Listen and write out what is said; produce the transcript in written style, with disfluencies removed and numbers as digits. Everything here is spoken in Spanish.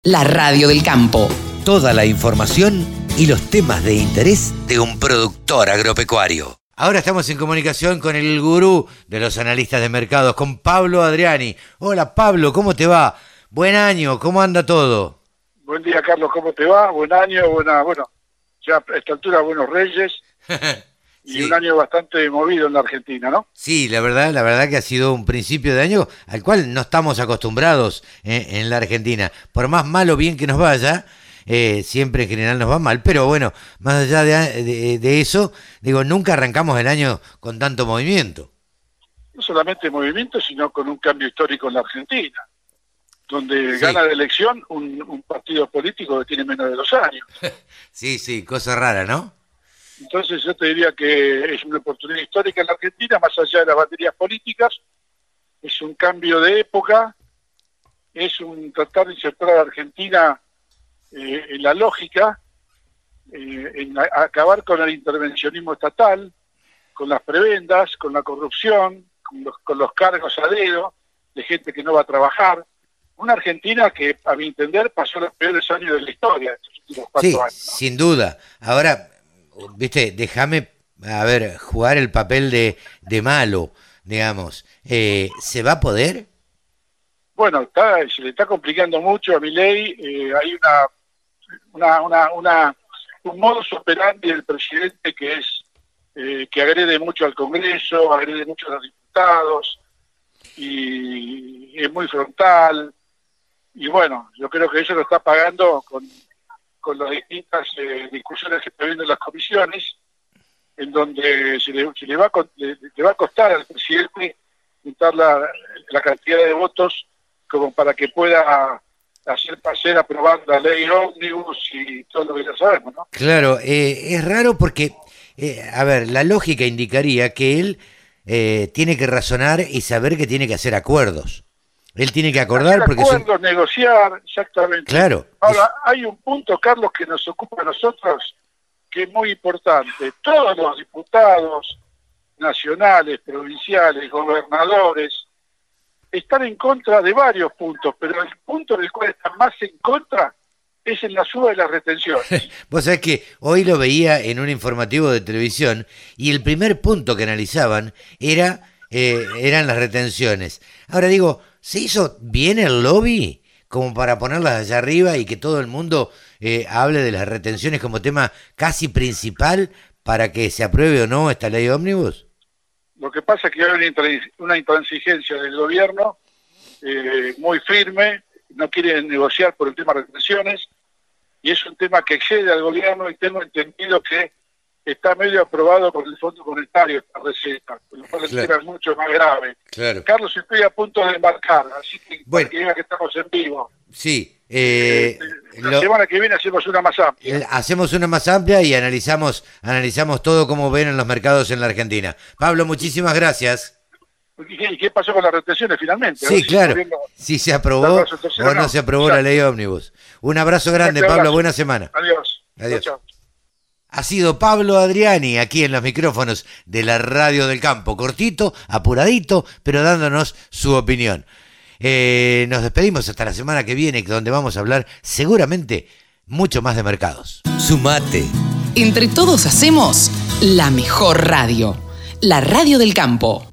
La radio del campo. Toda la información y los temas de interés de un productor agropecuario. Ahora estamos en comunicación con el gurú de los analistas de mercados, con Pablo Adriani. Hola Pablo, ¿cómo te va? Buen año, ¿cómo anda todo? Buen día Carlos, ¿cómo te va? Buen año, ya a esta altura buenos reyes. Y sí, un año bastante movido en la Argentina, ¿no? Sí, la verdad que ha sido un principio de año al cual no estamos acostumbrados en la Argentina. Por más mal o bien que nos vaya, siempre en general nos va mal, pero bueno, más allá de eso, digo, nunca arrancamos el año con tanto movimiento. No solamente movimiento, sino con un cambio histórico en la Argentina, donde sí, gana la elección un partido político que tiene menos de 2 años. Sí, cosa rara, ¿no? Entonces yo te diría que es una oportunidad histórica en la Argentina, más allá de las baterías políticas, es un cambio de época, es un tratar de insertar a la Argentina en la lógica, en acabar con el intervencionismo estatal, con las prebendas, con la corrupción, con los cargos a dedo de gente que no va a trabajar. Una Argentina que, a mi entender, pasó los peores años de la historia estos últimos 4 años, ¿no? Sin duda. Ahora, viste, déjame, jugar el papel de malo, digamos. ¿Se va a poder? Bueno, se le está complicando mucho a Milei. Hay un modus operandi del presidente que es que agrede mucho al Congreso, agrede mucho a los diputados, y es muy frontal. Y bueno, yo creo que eso lo está pagando con las distintas discusiones que está viendo en las comisiones, en donde le va a costar al presidente juntar la cantidad de votos como para que pueda hacer aprobar la ley ómnibus y todo lo que ya sabemos, ¿no? Claro, es raro porque, la lógica indicaría que él tiene que razonar y saber que tiene que hacer acuerdos. Él tiene que acordar porque negociar, exactamente. Claro. Ahora, hay un punto, Carlos, que nos ocupa a nosotros, que es muy importante. Todos los diputados nacionales, provinciales, gobernadores, están en contra de varios puntos, pero el punto en el cual están más en contra es en la suba de las retenciones. Vos sabés que hoy lo veía en un informativo de televisión y el primer punto que analizaban eran las retenciones. Ahora digo, ¿se hizo bien el lobby como para ponerlas allá arriba y que todo el mundo hable de las retenciones como tema casi principal para que se apruebe o no esta ley ómnibus? Lo que pasa es que hay una intransigencia del gobierno muy firme, no quieren negociar por el tema de retenciones, y es un tema que excede al gobierno, y tengo entendido que está medio aprobado por el Fondo Monetario esta receta, por lo cual el tema es mucho más grave. Claro. Carlos, estoy a punto de embarcar, así que bueno, para que diga que estamos en vivo. Sí. La semana que viene hacemos una más amplia. Hacemos una más amplia y analizamos todo como ven en los mercados en la Argentina. Pablo, muchísimas gracias. ¿Y qué pasó con las retenciones finalmente? Sí, claro. Si se aprobó o no se aprobó la ley ómnibus. Un abrazo grande, Pablo. Buena semana. Adiós. Chao. Ha sido Pablo Adriani aquí en los micrófonos de la Radio del Campo. Cortito, apuradito, pero dándonos su opinión. Nos despedimos hasta la semana que viene, donde vamos a hablar seguramente mucho más de mercados. Sumate. Entre todos hacemos la mejor radio, la Radio del Campo.